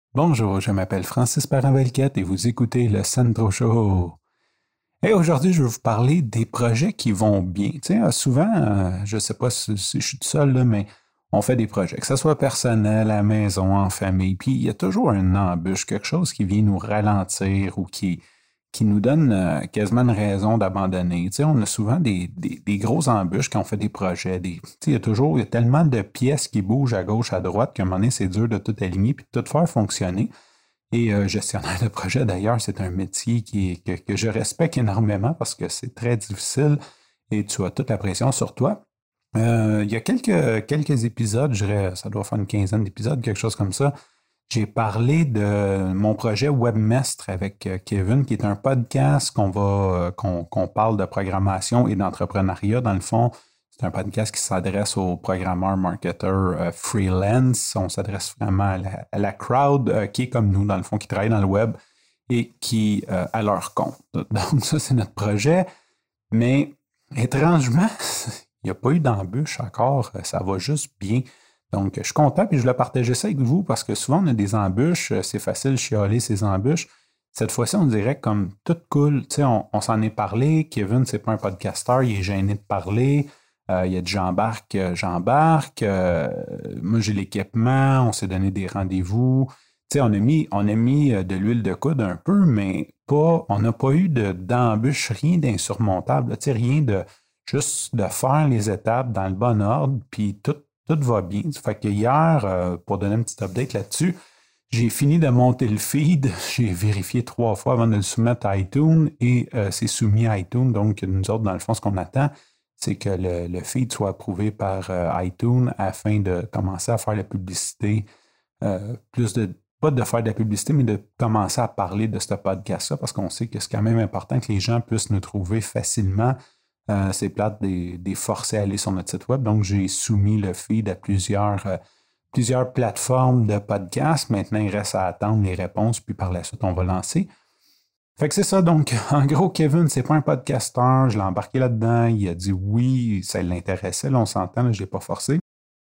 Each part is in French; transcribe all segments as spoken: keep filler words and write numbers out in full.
Bonjour, je m'appelle Francis Parent-Valquette et vous écoutez le Sandro Show. Et aujourd'hui, je vais vous parler des projets qui vont bien. Tu sais, euh, souvent, euh, je ne sais pas si, si je suis tout seul, là, mais on fait des projets, que ce soit personnel, à la maison, en famille, puis il y a toujours une embûche, quelque chose qui vient nous ralentir ou qui, qui nous donne euh, quasiment une raison d'abandonner. Tu sais, on a souvent des, des, des grosses embûches quand on fait des projets. Des, tu sais, il y a toujours il y a tellement de pièces qui bougent à gauche, à droite, qu'à un moment donné, c'est dur de tout aligner puis de tout faire fonctionner. Et euh, gestionnaire de projet, d'ailleurs, c'est un métier qui est- que, que je respecte énormément parce que c'est très difficile et tu as toute la pression sur toi. Euh, il y a quelques, quelques épisodes, je dirais, ça doit faire une quinzaine d'épisodes, quelque chose comme ça. J'ai parlé de mon projet Webmestre avec euh, Kevin, qui est un podcast qu'on va, euh, qu'on, qu'on parle de programmation et d'entrepreneuriat. Dans le fond, c'est un podcast qui s'adresse aux programmeurs, marketeurs euh, freelance. On s'adresse vraiment à la, à la crowd euh, qui est comme nous, dans le fond, qui travaille dans le web et qui euh, a leur compte. Donc, ça, c'est notre projet. Mais étrangement, il n'y a pas eu d'embûche encore. Ça va juste bien. Donc, je suis content puis je voulais partager ça avec vous parce que souvent, on a des embûches. C'est facile de chialer ces embûches. Cette fois-ci, on dirait comme tout cool. Tu sais, on, on s'en est parlé. Kevin, c'est pas un podcasteur, il est gêné de parler. Euh, il a dit j'embarque, euh, j'embarque. Euh, moi, j'ai l'équipement, on s'est donné des rendez-vous. Tu sais, on a mis, on a mis euh, de l'huile de coude un peu, mais pas, on n'a pas eu de, d'embûche, rien d'insurmontable. Tu sais, rien de juste de faire les étapes dans le bon ordre, puis tout, tout va bien. Fait que hier, euh, pour donner un petit update là-dessus, j'ai fini de monter le feed. J'ai vérifié trois fois avant de le soumettre à iTunes et euh, c'est soumis à iTunes. Donc, nous autres, dans le fond, ce qu'on attend, c'est que le, le feed soit approuvé par euh, iTunes afin de commencer à faire la publicité, euh, plus de, pas de faire de la publicité, mais de commencer à parler de ce podcast-là parce qu'on sait que c'est quand même important que les gens puissent nous trouver facilement. Euh, c'est plate des, des forcer à aller sur notre site web. Donc, j'ai soumis le feed à plusieurs, euh, plusieurs plateformes de podcasts. Maintenant, il reste à attendre les réponses, puis par la suite, on va lancer. Fait que c'est ça, donc, en gros, Kevin, c'est pas un podcasteur, je l'ai embarqué là-dedans, il a dit oui, ça l'intéressait, là, on s'entend, là, je l'ai pas forcé.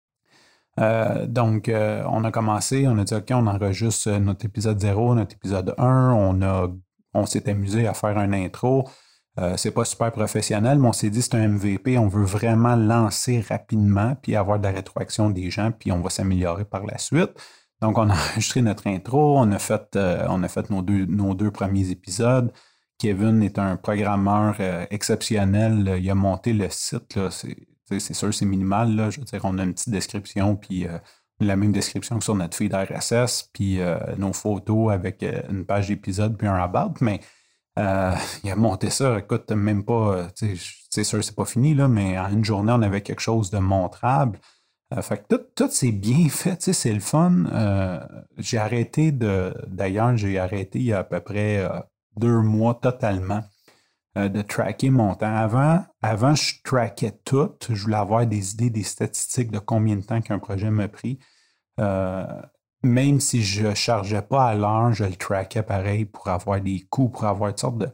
Euh, donc, euh, on a commencé, on a dit, OK, on enregistre notre épisode zéro, notre épisode un, on a, on s'est amusé à faire un intro. Euh, c'est pas super professionnel, mais on s'est dit, c'est un M V P, on veut vraiment lancer rapidement, puis avoir de la rétroaction des gens, puis on va s'améliorer par la suite. Donc, on a enregistré notre intro, on a fait, euh, on a fait nos, deux, nos deux premiers épisodes. Kevin est un programmeur euh, exceptionnel. Il a monté le site. Là, c'est, c'est sûr, c'est minimal. Là. Je veux dire, on a une petite description, puis euh, la même description que sur notre feed R S S, puis euh, nos photos avec euh, une page d'épisode, puis un about. Mais euh, il a monté ça. Écoute, même pas, c'est sûr, c'est pas fini, là, mais en une journée, on avait quelque chose de montrable. Euh, fait que tout, tout c'est bien fait, tu sais, c'est le fun. Euh, j'ai arrêté de, d'ailleurs, j'ai arrêté il y a à peu près euh, deux mois totalement euh, de tracker mon temps. Avant, avant, je trackais tout. Je voulais avoir des idées, des statistiques de combien de temps qu'un projet m'a pris. Euh, même si je ne chargeais pas à l'heure, je le traquais pareil pour avoir des coûts, pour avoir toutes sortes de...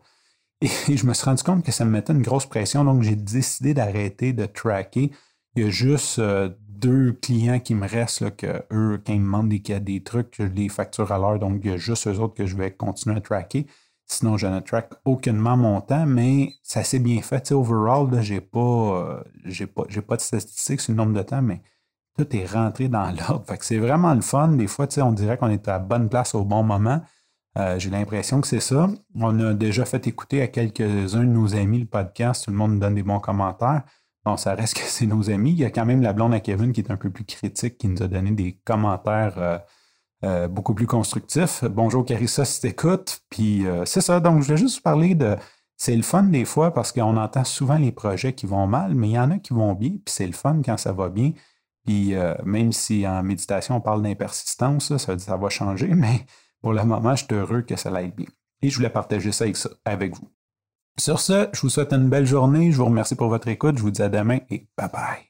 Et je me suis rendu compte que ça me mettait une grosse pression, donc j'ai décidé d'arrêter de tracker. Il y a juste euh, deux clients qui me restent, là, que eux, quand ils me demandent des, des trucs, je les facture à l'heure, donc il y a juste eux autres que je vais continuer à tracker. Sinon, je ne track aucunement mon temps, mais ça s'est bien fait. Tu sais, overall, là, j'ai pas, euh, j'ai pas, j'ai pas de statistiques sur le nombre de temps, mais tout est rentré dans l'ordre. Fait que c'est vraiment le fun. Des fois, tu sais, on dirait qu'on est à la bonne place au bon moment. Euh, j'ai l'impression que c'est ça. On a déjà fait écouter à quelques-uns de nos amis le podcast. Tout le monde nous donne des bons commentaires. Bon, ça reste que c'est nos amis. Il y a quand même la blonde à Kevin qui est un peu plus critique, qui nous a donné des commentaires euh, euh, beaucoup plus constructifs. Bonjour Carissa, si t'écoutes. Puis euh, c'est ça. Donc, je voulais juste vous parler de... C'est le fun des fois parce qu'on entend souvent les projets qui vont mal, mais il y en a qui vont bien. Puis c'est le fun quand ça va bien. Puis euh, même si en méditation, on parle d'impersistance, ça veut dire que ça va changer, mais pour le moment, je suis heureux que ça aille bien. Et je voulais partager ça avec, ça avec vous. Sur ce, je vous souhaite une belle journée. Je vous remercie pour votre écoute. Je vous dis à demain et bye bye.